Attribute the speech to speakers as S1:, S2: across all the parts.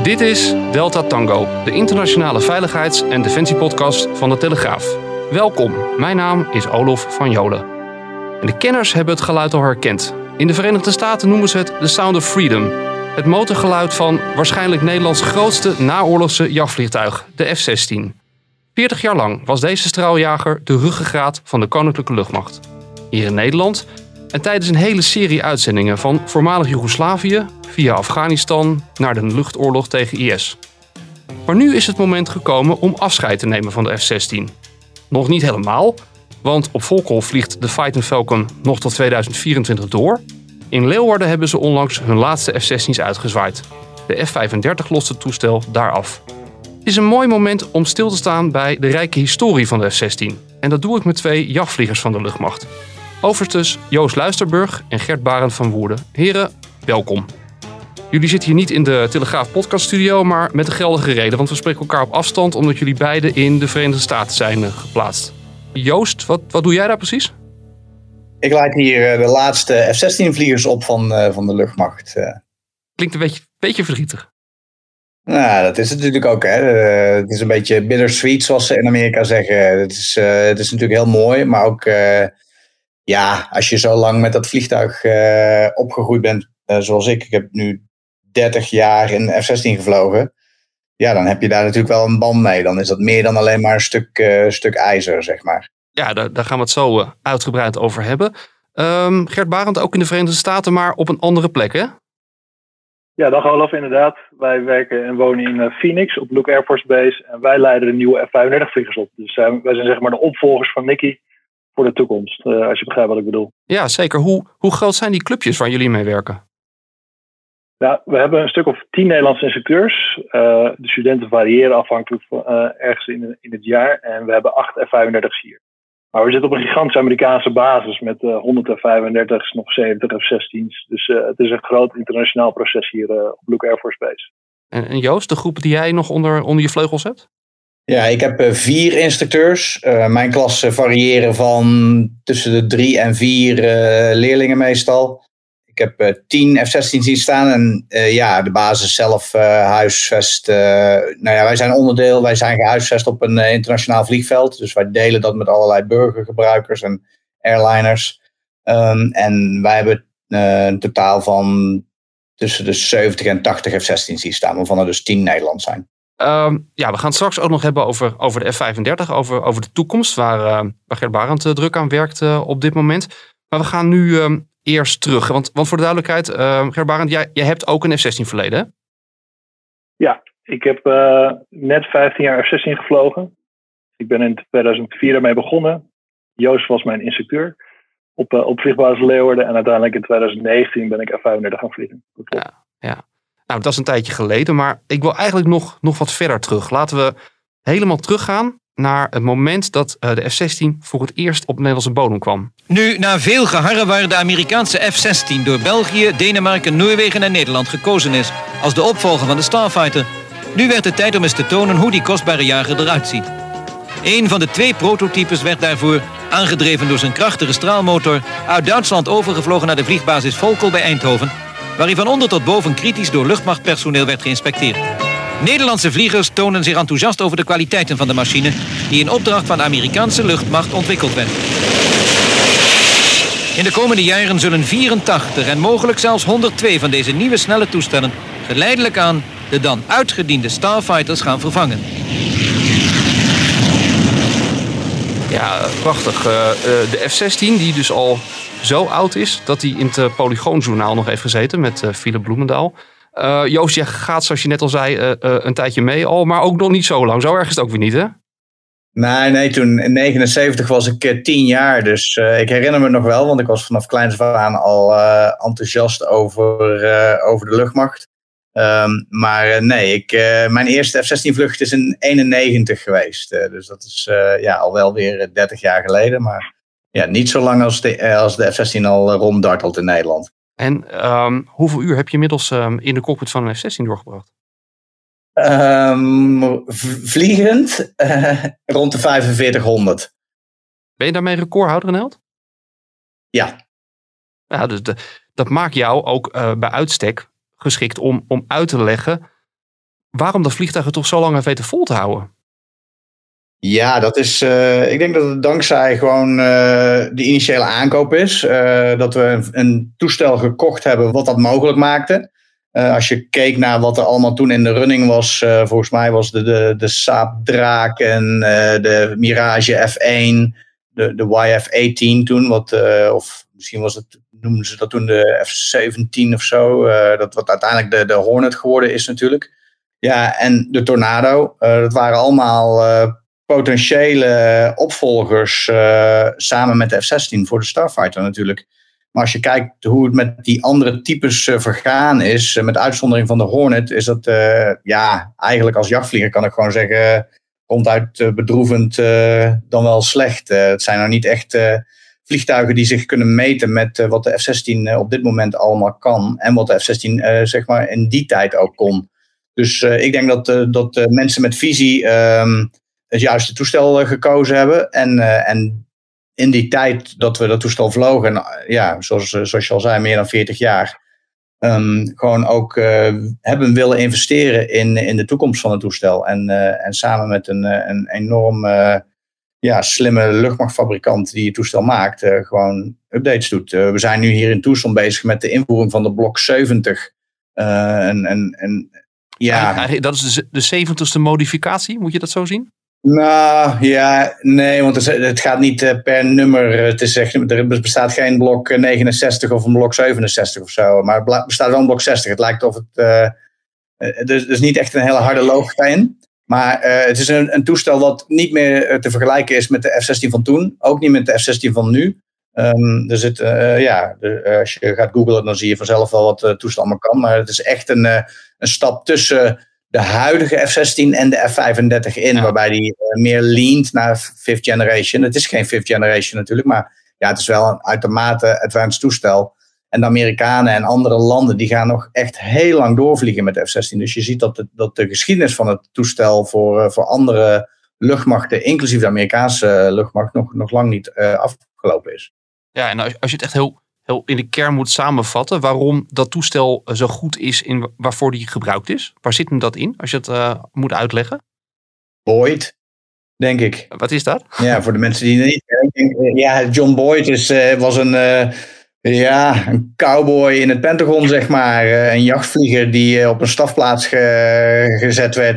S1: Dit is Delta Tango, de internationale veiligheids- en defensiepodcast van de Telegraaf. Welkom, mijn naam is Olof van Jolen. En de kenners hebben het geluid al herkend. In de Verenigde Staten noemen ze het The Sound of Freedom. Het motorgeluid van waarschijnlijk Nederlands grootste naoorlogse jachtvliegtuig, de F-16. 40 jaar lang was deze straaljager de ruggengraat van de Koninklijke Luchtmacht. Hier in Nederland en tijdens een hele serie uitzendingen van voormalig Joegoslavië via Afghanistan naar de luchtoorlog tegen IS. Maar nu is het moment gekomen om afscheid te nemen van de F-16. Nog niet helemaal, want op Volkel vliegt de Fighting Falcon nog tot 2024 door. In Leeuwarden hebben ze onlangs hun laatste F-16's uitgezwaaid. De F-35 lost het toestel daar af. Het is een mooi moment om stil te staan bij de rijke historie van de F-16. En dat doe ik met twee jachtvliegers van de luchtmacht. Overstes Joost Luisterburg en Gert Barend van Woerden. Heren, welkom. Jullie zitten hier niet in de Telegraaf podcaststudio, maar met een geldige reden. Want we spreken elkaar op afstand omdat jullie beiden in de Verenigde Staten zijn geplaatst. Joost, wat doe jij daar precies?
S2: Ik leid hier de laatste F-16-vliegers op van de luchtmacht.
S1: Klinkt een beetje verdrietig.
S2: Nou, dat is het natuurlijk ook. Hè. Het is een beetje bittersweet, zoals ze in Amerika zeggen. Het is natuurlijk heel mooi, maar ook als je zo lang met dat vliegtuig opgegroeid bent, zoals ik. Ik heb nu 30 jaar in F-16 gevlogen. Ja, dan heb je daar natuurlijk wel een band mee. Dan is dat meer dan alleen maar een stuk ijzer, zeg maar.
S1: Ja, daar gaan we het zo uitgebreid over hebben. Gert Barend, ook in de Verenigde Staten, maar op een andere plek, hè?
S3: Ja, dag Olaf, inderdaad. Wij werken en wonen in Phoenix op Luke Air Force Base. En wij leiden de nieuwe F-35-vliegers op. Dus wij zijn zeg maar de opvolgers van Nicky voor de toekomst. Als je begrijpt wat ik bedoel.
S1: Ja, zeker. Hoe groot zijn die clubjes waar jullie mee werken?
S3: Nou, we hebben een stuk of 10 Nederlandse instructeurs. De studenten variëren afhankelijk van ergens in het jaar. En we hebben 8 F-35's hier. Maar we zitten op een gigantische Amerikaanse basis met 100 F-35's, nog 70 F-16's. Dus het is een groot internationaal proces hier op Luke Air Force Base.
S1: En Joost, de groep die jij nog onder je vleugels hebt?
S2: Ja, ik heb 4 instructeurs. Mijn klassen variëren van tussen de 3 en 4 leerlingen meestal. Ik heb 10 F-16's zien staan en de basis zelf huisvest. Wij zijn onderdeel, wij zijn gehuisvest op een internationaal vliegveld. Dus wij delen dat met allerlei burgergebruikers en airliners. En wij hebben een totaal van tussen de 70 en 80 F-16's hier staan, waarvan er dus 10 Nederland zijn.
S1: We gaan het straks ook nog hebben over de F-35, over de toekomst, waar Gert Barend druk aan werkt op dit moment. Maar we gaan nu eerst terug. Want voor de duidelijkheid, Gert Barend, jij hebt ook een F-16 verleden, hè?
S3: Ja, ik heb net 15 jaar F-16 gevlogen. Ik ben in 2004 daarmee begonnen. Joost was mijn instructeur op vliegbasis Leeuwarden. En uiteindelijk in 2019 ben ik F-35 gaan vliegen.
S1: Ja. Nou, dat is een tijdje geleden, maar ik wil eigenlijk nog wat verder terug. Laten we helemaal teruggaan naar het moment dat de F-16 voor het eerst op Nederlandse bodem kwam.
S4: Nu, na veel geharrewar de Amerikaanse F-16 door België, Denemarken, Noorwegen en Nederland gekozen is als de opvolger van de Starfighter, nu werd het tijd om eens te tonen hoe die kostbare jager eruit ziet. Een van de 2 prototypes werd daarvoor, aangedreven door zijn krachtige straalmotor, uit Duitsland overgevlogen naar de vliegbasis Volkel bij Eindhoven, waar hij van onder tot boven kritisch door luchtmachtpersoneel werd geïnspecteerd. Nederlandse vliegers tonen zich enthousiast over de kwaliteiten van de machine die in opdracht van de Amerikaanse luchtmacht ontwikkeld werd. In de komende jaren zullen 84 en mogelijk zelfs 102 van deze nieuwe snelle toestellen geleidelijk aan de dan uitgediende Starfighters gaan vervangen.
S1: Ja, prachtig. De F-16 die dus al zo oud is dat hij in het Polygoonjournaal nog heeft gezeten met Philip Bloemendaal. Joost, je gaat zoals je net al zei een tijdje mee al, maar ook nog niet zo lang. Zo erg is het ook weer niet, hè?
S2: Nee, toen in 79 was ik 10 jaar. Dus ik herinner me nog wel, want ik was vanaf kleins af aan al enthousiast over de luchtmacht. Mijn eerste F-16 vlucht is in 91 geweest. Dus dat is al wel weer 30 jaar geleden. Maar ja, niet zo lang als de F-16 al ronddartelt in Nederland.
S1: En hoeveel uur heb je inmiddels in de cockpit van een F-16 doorgebracht?
S2: Vliegend rond de 4500.
S1: Ben je daarmee recordhouder in Held?
S2: Ja.
S1: Ja, dus dat maakt jou ook bij uitstek geschikt om uit te leggen waarom dat vliegtuig het toch zo lang heeft weten vol te houden?
S2: Ja, dat is. Ik denk dat het dankzij gewoon de initiële aankoop is. Dat we een toestel gekocht hebben wat dat mogelijk maakte. Als je keek naar wat er allemaal toen in de running was. Volgens mij was de Saab Draken, de Mirage F1, de YF-18 toen. Of misschien noemden ze dat toen de F-17 of zo. Dat wat uiteindelijk de Hornet geworden is natuurlijk. Ja, en de Tornado. Dat waren allemaal potentiële opvolgers samen met de F-16 voor de Starfighter natuurlijk. Maar als je kijkt hoe het met die andere types vergaan is, met uitzondering van de Hornet, is dat eigenlijk als jachtvlieger kan ik gewoon zeggen, ronduit bedroevend dan wel slecht. Het zijn nou niet echt vliegtuigen die zich kunnen meten met wat de F-16 op dit moment allemaal kan. En wat de F-16 zeg maar in die tijd ook kon. Dus ik denk dat mensen met visie het juiste toestel gekozen hebben. En in die tijd dat we dat toestel vlogen, zoals je al zei, meer dan 40 jaar, gewoon ook hebben willen investeren in de toekomst van het toestel. En samen met een enorm slimme luchtmachtfabrikant die het toestel maakt, gewoon updates doet. We zijn nu hier in Tucson bezig met de invoering van de Block 70.
S1: Dat is de 70ste modificatie, moet je dat zo zien?
S2: Nou, ja, nee, want het gaat niet per nummer. Er bestaat geen blok 69 of een blok 67 of zo. Maar het bestaat wel een blok 60. Het lijkt of het... er is niet echt een hele harde logica in. Maar het is een toestel wat niet meer te vergelijken is met de F-16 van toen. Ook niet met de F-16 van nu. Als je gaat googlen, dan zie je vanzelf wel wat het toestel allemaal kan. Maar het is echt een stap tussen de huidige F-16 en de F-35 in. Ja. Waarbij die meer leant naar 5th generation. Het is geen 5th generation natuurlijk. Maar ja, het is wel een uitermate advanced toestel. En de Amerikanen en andere landen die gaan nog echt heel lang doorvliegen met de F-16. Dus je ziet dat de geschiedenis van het toestel voor andere luchtmachten, inclusief de Amerikaanse luchtmacht, nog lang niet afgelopen is.
S1: Ja, en als je het echt heel in de kern moet samenvatten, waarom dat toestel zo goed is in waarvoor die gebruikt is. Waar zit hem dat in, als je het moet uitleggen?
S2: Boyd, denk ik.
S1: Wat is dat?
S2: Ja, voor de mensen die het niet kennen. Ja, John Boyd was een cowboy in het Pentagon, zeg maar. Een jachtvlieger die op een stafplaats gezet werd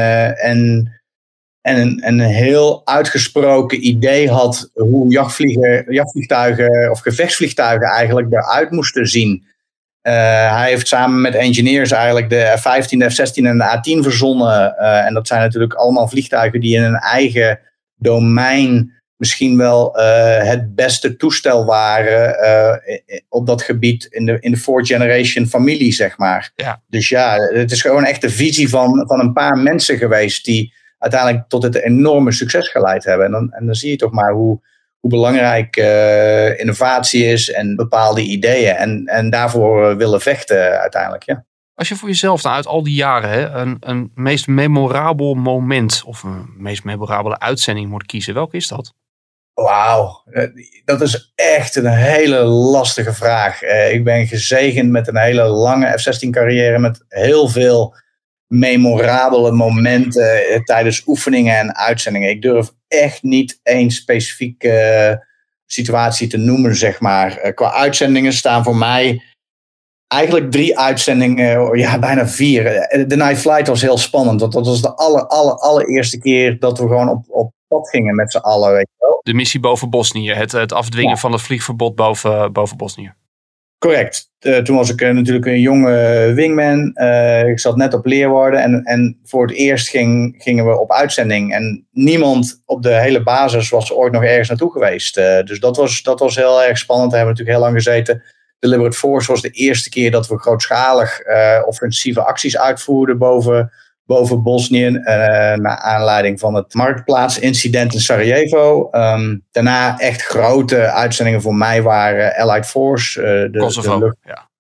S2: en een heel uitgesproken idee had hoe jachtvliegtuigen of gevechtsvliegtuigen eigenlijk eruit moesten zien. Hij heeft samen met engineers eigenlijk de F-15, de F-16 en de A-10 verzonnen. En dat zijn natuurlijk allemaal vliegtuigen die in hun eigen domein misschien wel het beste toestel waren op dat gebied in de 4th generation familie, zeg maar. Ja. Dus ja, het is gewoon echt de visie van een paar mensen geweest die uiteindelijk tot het enorme succes geleid hebben. En dan zie je toch maar hoe belangrijk innovatie is en bepaalde ideeën. En daarvoor willen vechten uiteindelijk, ja.
S1: Als je voor jezelf uit al die jaren een meest memorabel moment of een meest memorabele uitzending moet kiezen, welke is dat?
S2: Wauw, dat is echt een hele lastige vraag. Ik ben gezegend met een hele lange F-16 carrière met heel veel memorabele momenten tijdens oefeningen en uitzendingen. Ik durf echt niet één specifieke situatie te noemen, zeg maar. Qua uitzendingen staan voor mij eigenlijk 3 uitzendingen, bijna 4. De Night Flight was heel spannend. Dat was de allereerste keer dat we gewoon op pad gingen met z'n allen. Weet je wel.
S1: De missie boven Bosnië, het afdwingen van het vliegverbod boven Bosnië.
S2: Correct. Toen was ik natuurlijk een jonge wingman. Ik zat net op Leeuwarden. En voor het eerst gingen we op uitzending. En niemand op de hele basis was ooit nog ergens naartoe geweest. Dus dat was heel erg spannend. Daar hebben we natuurlijk heel lang gezeten. De Deliberate Force was de eerste keer dat we grootschalig offensieve acties uitvoerden boven Bosnië. Naar aanleiding van het marktplaatsincident in Sarajevo. Daarna echt grote uitzendingen voor mij waren Allied Force.
S1: Kosovo,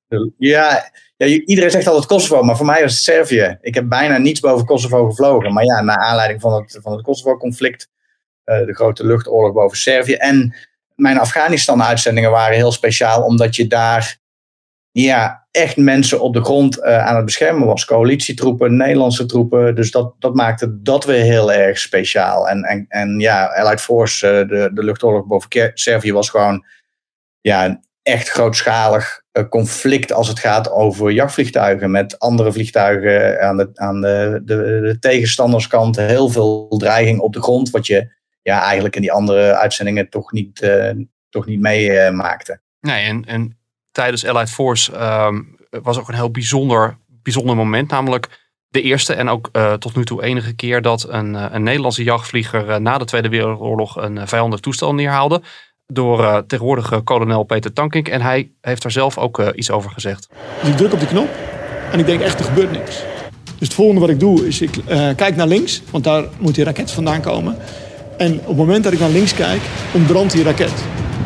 S2: iedereen zegt altijd Kosovo, maar voor mij was het Servië. Ik heb bijna niets boven Kosovo gevlogen. Maar ja, naar aanleiding van het Kosovo-conflict. De grote luchtoorlog boven Servië. En mijn Afghanistan-uitzendingen waren heel speciaal, omdat je daar echt mensen op de grond aan het beschermen was. Coalitietroepen, Nederlandse troepen. Dus dat maakte dat weer heel erg speciaal. En ja, Allied Force, de luchtoorlog boven Servië was gewoon een echt grootschalig conflict als het gaat over jachtvliegtuigen met andere vliegtuigen aan de tegenstanderskant. Heel veel dreiging op de grond, wat je eigenlijk in die andere uitzendingen toch niet meemaakte.
S1: Nee, en tijdens Allied Force was ook een heel bijzonder moment. Namelijk de eerste en ook tot nu toe enige keer dat een Nederlandse jachtvlieger na de Tweede Wereldoorlog een vijandig toestel neerhaalde. Door tegenwoordige kolonel Peter Tankink. En hij heeft daar zelf ook iets over gezegd.
S5: Dus ik druk op de knop en ik denk echt, er gebeurt niks. Dus het volgende wat ik doe is, ik kijk naar links, want daar moet die raket vandaan komen. En op het moment dat ik naar links kijk, ontbrandt die raket.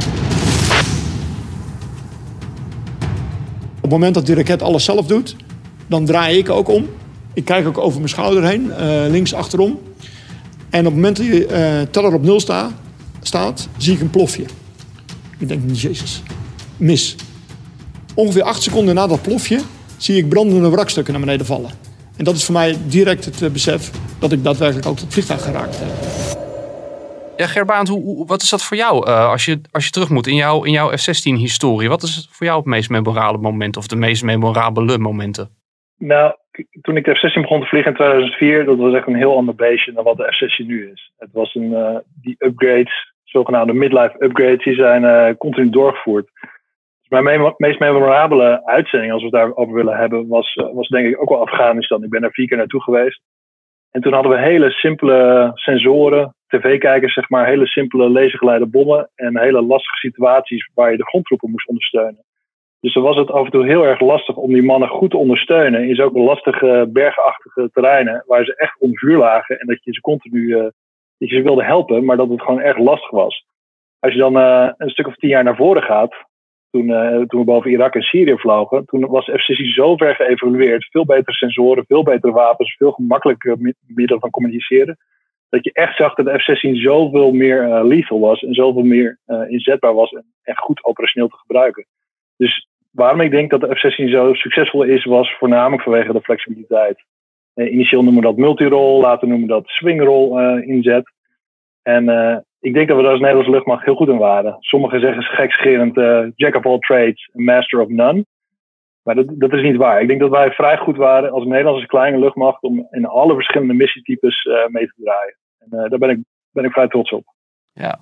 S5: Op het moment dat die raket alles zelf doet, dan draai ik ook om. Ik kijk ook over mijn schouder heen, links achterom. En op het moment dat je teller op 0 staat, zie ik een plofje. Ik denk, jezus, mis. Ongeveer 8 seconden na dat plofje zie ik brandende wrakstukken naar beneden vallen. En dat is voor mij direct het besef dat ik daadwerkelijk ook het vliegtuig geraakt heb.
S1: Ja, Gerbaand, wat is dat voor jou als je terug moet in jouw F-16-historie? Wat is voor jou het meest memorabele moment of de meest memorabele momenten?
S3: Nou, toen ik de F-16 begon te vliegen in 2004, dat was echt een heel ander beestje dan wat de F-16 nu is. Het was die upgrades, zogenaamde midlife upgrades, die zijn continu doorgevoerd. Dus mijn meest memorabele uitzending, als we het daarover willen hebben, was denk ik ook wel Afghanistan. Ik ben daar 4 keer naartoe geweest. En toen hadden we hele simpele sensoren, tv-kijkers zeg maar, hele simpele lasergeleide bommen en hele lastige situaties waar je de grondtroepen moest ondersteunen. Dus dan was het af en toe heel erg lastig om die mannen goed te ondersteunen in zulke lastige bergachtige terreinen waar ze echt onder vuur lagen en dat je ze continu dat je ze wilde helpen, maar dat het gewoon erg lastig was. Als je dan een stuk of 10 jaar naar voren gaat, toen we boven Irak en Syrië vlogen, toen was F-16 zo ver geëvolueerd, veel betere sensoren, veel betere wapens, veel gemakkelijker middelen van communiceren, dat je echt zag dat de F-16 zoveel meer lethal was en zoveel meer inzetbaar was en echt goed operationeel te gebruiken. Dus waarom ik denk dat de F-16 zo succesvol is, was voornamelijk vanwege de flexibiliteit. Initieel noemen we dat multirol, later noemen we dat swingrol inzet. En ik denk dat we daar als Nederlandse luchtmacht heel goed in waren. Sommigen zeggen gekscherend jack of all trades, master of none. Maar dat is niet waar. Ik denk dat wij vrij goed waren als Nederlandse kleine luchtmacht om in alle verschillende missietypes mee te draaien. En daar ben ik vrij trots op.
S1: Ja,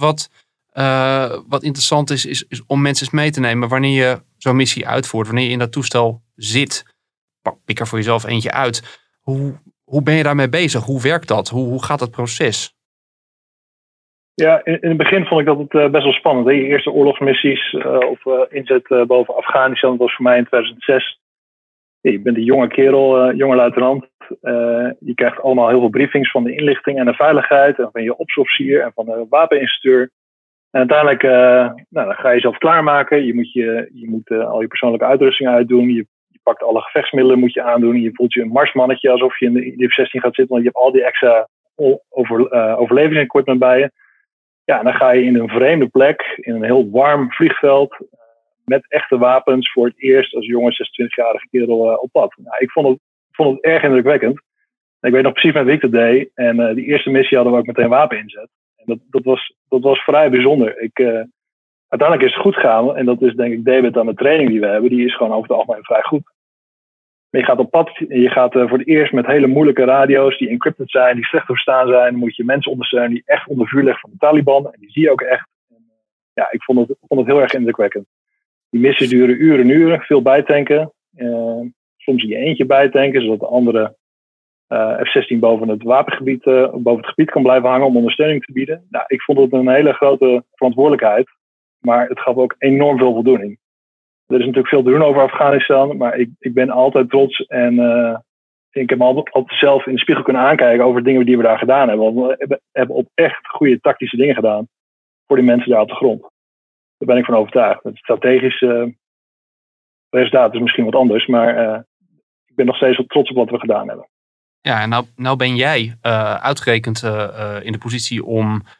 S1: wat interessant is om mensen eens mee te nemen wanneer je zo'n missie uitvoert, wanneer je in dat toestel zit. Pik er voor jezelf eentje uit. Hoe ben je daarmee bezig? Hoe werkt dat? Hoe gaat dat proces?
S3: Ja, in het begin vond ik dat best wel spannend. Hè? Je eerste oorlogsmissies of inzet boven Afghanistan, dat was voor mij in 2006. Je bent een jonge kerel, jonge luitenant. Je krijgt allemaal heel veel briefings van de inlichting en de veiligheid en van je opsofficier en van de wapeninstructeur. En uiteindelijk dan ga je jezelf klaarmaken. Je moet al je persoonlijke uitrusting uitdoen. Je pakt alle gevechtsmiddelen moet je aandoen. Je voelt je een marsmannetje alsof je in de F-16 gaat zitten. Want je hebt al die extra overlevingsequipment bij je. Ja, en dan ga je in een vreemde plek. In een heel warm vliegveld. Met echte wapens voor het eerst als jonge 26-jarige kerel op pad. Nou, ik vond het erg indrukwekkend. En ik weet nog precies met wie ik dat deed. En die eerste missie hadden we ook meteen wapen inzet. En dat was vrij bijzonder. Uiteindelijk is het goed gegaan. En dat is denk ik David aan de training die we hebben. Die is gewoon over het algemeen vrij goed. Maar je gaat op pad. En je gaat voor het eerst met hele moeilijke radio's. Die encrypted zijn. Die slecht te verstaan zijn. Dan moet je mensen ondersteunen die echt onder vuur liggen van de Taliban. En die zie je ook echt. En, ja, ik vond het heel erg indrukwekkend. Die missies duren uren en uren. Veel bijtanken. Soms in je eentje bijtanken. Zodat de andere F-16 boven het wapengebied, boven het gebied kan blijven hangen om ondersteuning te bieden. Nou, ik vond het een hele grote verantwoordelijkheid, maar het gaf ook enorm veel voldoening. Er is natuurlijk veel te doen over Afghanistan, maar ik ben altijd trots en ik heb me altijd zelf in de spiegel kunnen aankijken over dingen die we daar gedaan hebben. Want we hebben op echt goede tactische dingen gedaan voor die mensen daar op de grond. Daar ben ik van overtuigd. Het strategische resultaat is misschien wat anders, maar ik ben nog steeds wel trots op wat we gedaan hebben.
S1: Ja, en nou ben jij uitgerekend in de positie om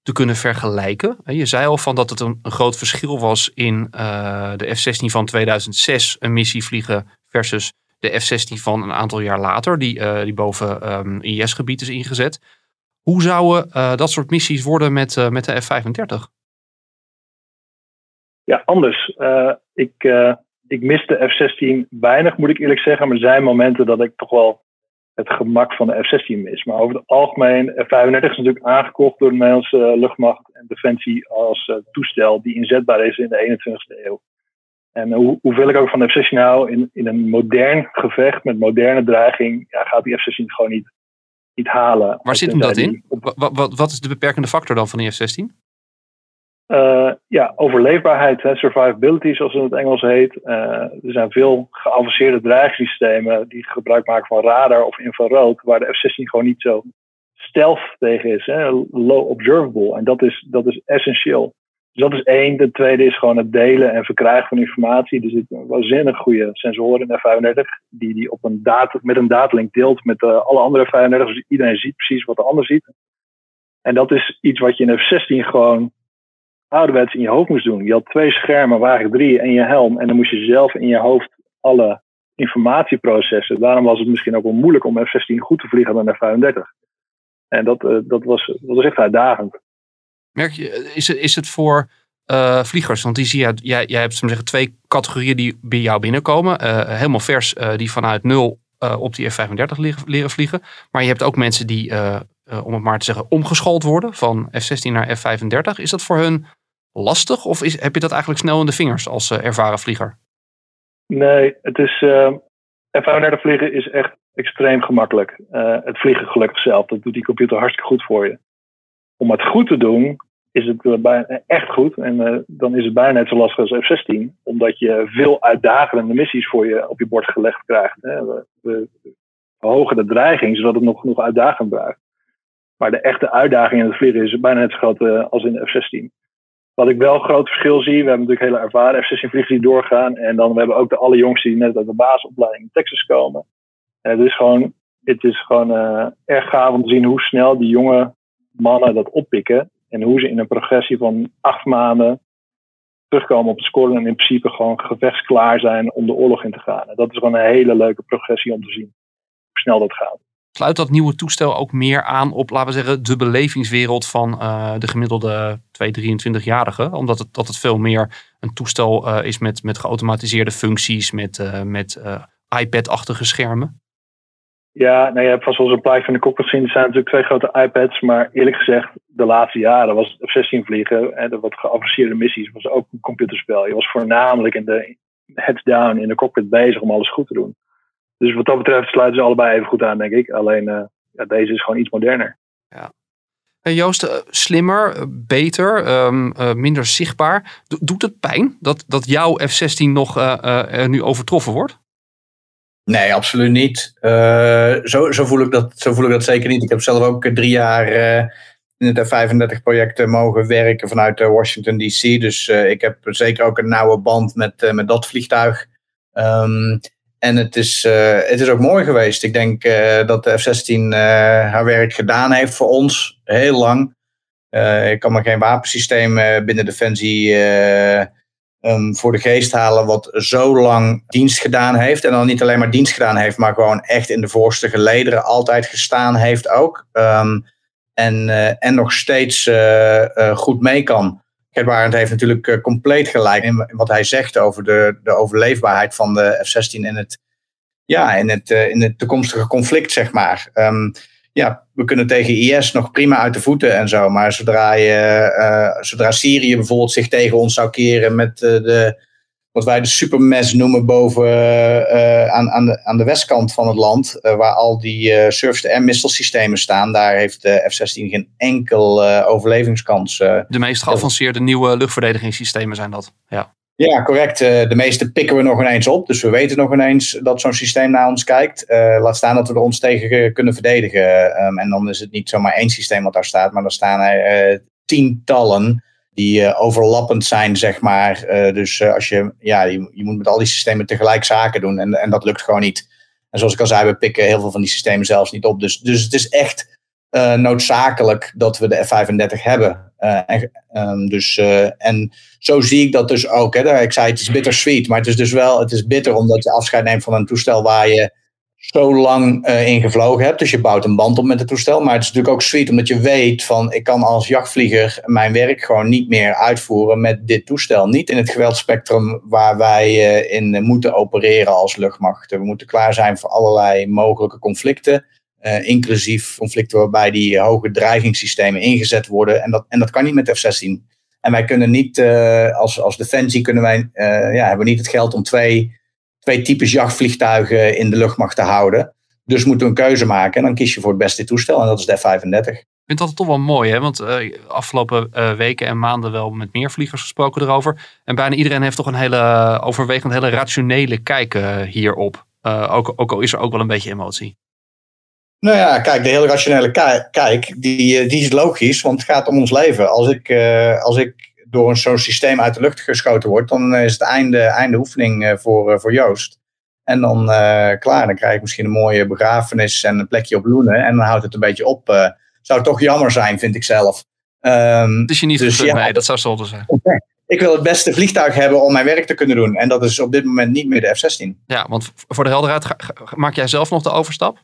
S1: te kunnen vergelijken? Je zei al van dat het een groot verschil was in de F-16 van 2006 een missie vliegen versus de F-16 van een aantal jaar later, die boven IS-gebied is ingezet. Hoe zouden dat soort missies worden met de F-35?
S3: Ja, anders. Ik mis de F-16 weinig, moet ik eerlijk zeggen. Maar er zijn momenten dat ik toch wel het gemak van de F-16 mis. Maar over het algemeen, F-35 is natuurlijk aangekocht door de Nederlandse luchtmacht en defensie als toestel die inzetbaar is in de 21ste eeuw. En hoeveel ik ook van de F-16 hou, in een modern gevecht met moderne dreiging, gaat die F-16 gewoon niet halen.
S1: Waar zit hem dat in? Wat is de beperkende factor dan van die F-16?
S3: Overleefbaarheid, survivability zoals het in het Engels heet. Er zijn veel geavanceerde dreigingssystemen die gebruik maken van radar of infrarood, waar de F-16 gewoon niet zo stealth tegen is, low observable. En dat is essentieel. Dus dat is één. De tweede is gewoon het delen en verkrijgen van informatie. Er zitten waanzinnig goede sensoren in de F-35 die met een datalink deelt met alle andere F-35. Dus iedereen ziet precies wat de ander ziet. En dat is iets wat je in F-16 gewoon ouderwets in je hoofd moest doen. Je had 2 schermen, waar eigenlijk 3 en je helm. En dan moest je zelf in je hoofd alle informatie processen. Daarom was het misschien ook wel moeilijk om F-16 goed te vliegen dan F-35. En dat was echt uitdagend.
S1: Merk je, is het voor vliegers? Want die zie je, jij hebt 2 categorieën die bij jou binnenkomen. Helemaal vers, die vanuit 0 op die F-35 leren vliegen. Maar je hebt ook mensen die, om het maar te zeggen, omgeschoold worden van F-16 naar F-35. Is dat voor hun lastig? Of heb je dat eigenlijk snel in de vingers als ervaren vlieger?
S3: Nee, het is F-35 vliegen is echt extreem gemakkelijk. Het vliegen gelukkig zelf, dat doet die computer hartstikke goed voor je. Om het goed te doen, is het bijna echt goed. En dan is het bijna net zo lastig als F-16. Omdat je veel uitdagende missies voor je op je bord gelegd krijgt. We verhogen de dreiging, zodat het nog uitdagend blijft. Maar de echte uitdaging in het vliegen is bijna net zo groot als in de F-16. Wat ik wel een groot verschil zie, we hebben natuurlijk hele ervaren F-16-vliegers die doorgaan. En dan we hebben ook de allerjongsten die net uit de basisopleiding in Texas komen. Het is gewoon erg gaaf om te zien hoe snel die jonge mannen dat oppikken. En hoe ze in een progressie van 8 maanden terugkomen op de score. En in principe gewoon gevechtsklaar zijn om de oorlog in te gaan. En dat is gewoon een hele leuke progressie om te zien. Hoe snel dat gaat.
S1: Sluit dat nieuwe toestel ook meer aan op, laten we zeggen, de belevingswereld van de gemiddelde 23-jarige? Omdat het veel meer een toestel is met geautomatiseerde functies, met iPad-achtige schermen?
S3: Ja, je hebt vast wel zo'n plaatje van de cockpit gezien. Er zijn natuurlijk 2 grote iPads. Maar eerlijk gezegd, de laatste jaren was het F-16 vliegen. En de wat geavanceerde missies was ook een computerspel. Je was voornamelijk in de heads down in de cockpit bezig om alles goed te doen. Dus wat dat betreft sluiten ze allebei even goed aan, denk ik. Alleen deze is gewoon iets moderner.
S1: Ja. Hey Joost, slimmer, beter, minder zichtbaar. Doet het pijn dat jouw F-16 nog nu overtroffen wordt?
S2: Nee, absoluut niet. Zo voel ik dat zeker niet. Ik heb zelf ook 3 jaar in het F-35-project mogen werken vanuit Washington D.C. Dus ik heb zeker ook een nauwe band met dat vliegtuig. En het is ook mooi geweest. Ik denk dat de F-16 haar werk gedaan heeft voor ons. Heel lang. Ik kan me geen wapensysteem binnen Defensie voor de geest halen wat zo lang dienst gedaan heeft. En dan niet alleen maar dienst gedaan heeft, maar gewoon echt in de voorste gelederen altijd gestaan heeft ook. En nog steeds goed mee kan. Gert Barend heeft natuurlijk compleet gelijk in wat hij zegt over de overleefbaarheid van de F-16 in het toekomstige conflict, zeg maar. We kunnen tegen IS nog prima uit de voeten en zo. Maar zodra Syrië bijvoorbeeld zich tegen ons zou keren met wat wij de supermes noemen boven aan de westkant van het land, waar al die surface-to-air missile-systemen staan, daar heeft de F-16 geen enkel overlevingskans.
S1: De meest geavanceerde nieuwe luchtverdedigingssystemen zijn dat, ja.
S2: Ja, correct. De meeste pikken we nog ineens op. Dus we weten nog ineens dat zo'n systeem naar ons kijkt. Laat staan dat we er ons tegen kunnen verdedigen. En dan is het niet zomaar 1 systeem wat daar staat. Maar dan staan er tientallen die overlappend zijn, zeg maar. Dus als je moet met al die systemen tegelijk zaken doen. En dat lukt gewoon niet. En zoals ik al zei, we pikken heel veel van die systemen zelfs niet op. Dus het is echt noodzakelijk dat we de F-35 hebben. En zo zie ik dat dus ook. Hè. Ik zei het is bittersweet, maar het is bitter omdat je afscheid neemt van een toestel waar je zo lang in gevlogen hebt. Dus je bouwt een band op met het toestel. Maar het is natuurlijk ook sweet omdat je weet van ik kan als jachtvlieger mijn werk gewoon niet meer uitvoeren met dit toestel. Niet in het geweldsspectrum waar wij in moeten opereren als luchtmacht. We moeten klaar zijn voor allerlei mogelijke conflicten. Inclusief conflicten waarbij die hoge dreigingssystemen ingezet worden. En dat kan niet met F-16. En wij kunnen niet, als Defensie hebben we niet het geld om twee types jachtvliegtuigen in de luchtmacht te houden. Dus moeten we een keuze maken. En dan kies je voor het beste toestel. En dat is de F-35.
S1: Ik vind dat toch wel mooi, hè? Want afgelopen weken en maanden wel met meer vliegers gesproken erover. En bijna iedereen heeft toch een overwegend hele rationele kijk hierop. Ook al is er ook wel een beetje emotie.
S2: Nou ja, kijk, de hele rationele kijk, die is logisch, want het gaat om ons leven. Als ik door zo'n systeem uit de lucht geschoten word, dan is het einde oefening voor Joost. En dan klaar, dan krijg ik misschien een mooie begrafenis en een plekje op Loenen en dan houdt het een beetje op. Zou toch jammer zijn, vind ik zelf.
S1: Het is je niet
S2: dus
S1: nee, dat zou zonde zijn.
S2: Ik wil het beste vliegtuig hebben om mijn werk te kunnen doen. En dat is op dit moment niet meer de F-16.
S1: Ja, want voor de helderheid, maak jij zelf nog de overstap?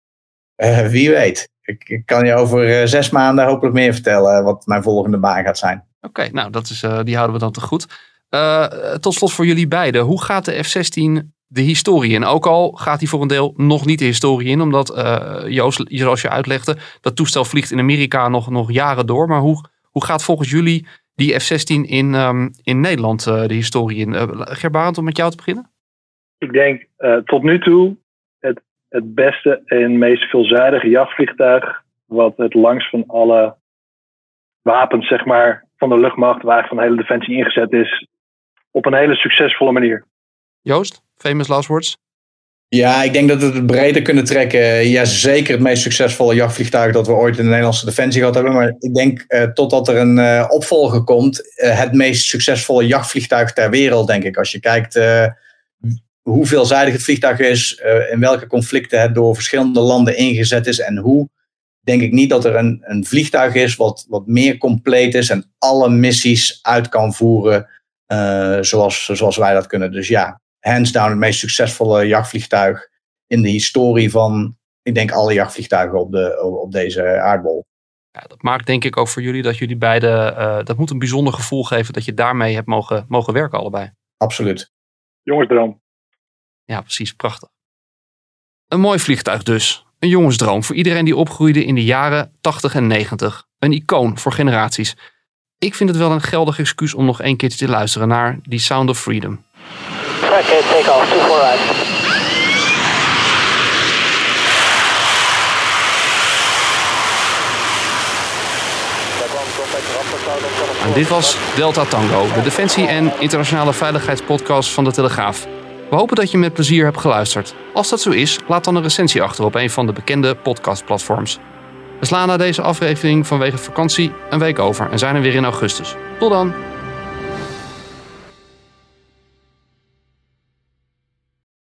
S2: Wie weet. Ik kan je over 6 maanden hopelijk meer vertellen wat mijn volgende baan gaat zijn.
S1: Oké, nou die houden we dan te goed. Tot slot voor jullie beiden. Hoe gaat de F-16 de historie in? Ook al gaat hij voor een deel nog niet de historie in. Omdat, Joost, zoals je uitlegde, dat toestel vliegt in Amerika nog jaren door. Maar hoe gaat volgens jullie die F-16 in Nederland de historie in? Ger Barend, om met jou te beginnen?
S3: Ik denk tot nu toe het beste en meest veelzijdige jachtvliegtuig wat het langst van alle wapens, zeg maar, van de luchtmacht, waar van de hele defensie ingezet is, op een hele succesvolle manier.
S1: Joost, famous last words?
S2: Ja, ik denk dat we het breder kunnen trekken. Ja, zeker het meest succesvolle jachtvliegtuig dat we ooit in de Nederlandse defensie gehad hebben. Maar ik denk totdat er een opvolger komt, het meest succesvolle jachtvliegtuig ter wereld, denk ik. Als je kijkt hoe veelzijdig het vliegtuig is, in welke conflicten het door verschillende landen ingezet is en hoe, denk ik niet dat er een vliegtuig is wat meer compleet is en alle missies uit kan voeren zoals wij dat kunnen. Dus ja, hands down het meest succesvolle jachtvliegtuig in de historie van, ik denk, alle jachtvliegtuigen op deze aardbol.
S1: Ja, dat maakt denk ik ook voor jullie dat jullie beide, dat moet een bijzonder gevoel geven dat je daarmee hebt mogen werken allebei.
S2: Absoluut.
S3: Jongensdroom.
S1: Ja, precies. Prachtig. Een mooi vliegtuig dus. Een jongensdroom voor iedereen die opgroeide in de jaren 80 en 90. Een icoon voor generaties. Ik vind het wel een geldig excuus om nog 1 keertje te luisteren naar die Sound of Freedom.
S6: Okay, take off, 2-4
S1: En dit was Delta Tango, de Defensie- en Internationale Veiligheidspodcast van de Telegraaf. We hopen dat je met plezier hebt geluisterd. Als dat zo is, laat dan een recensie achter op een van de bekende podcastplatforms. We slaan na deze aflevering vanwege vakantie een week over en zijn er weer in augustus. Tot dan!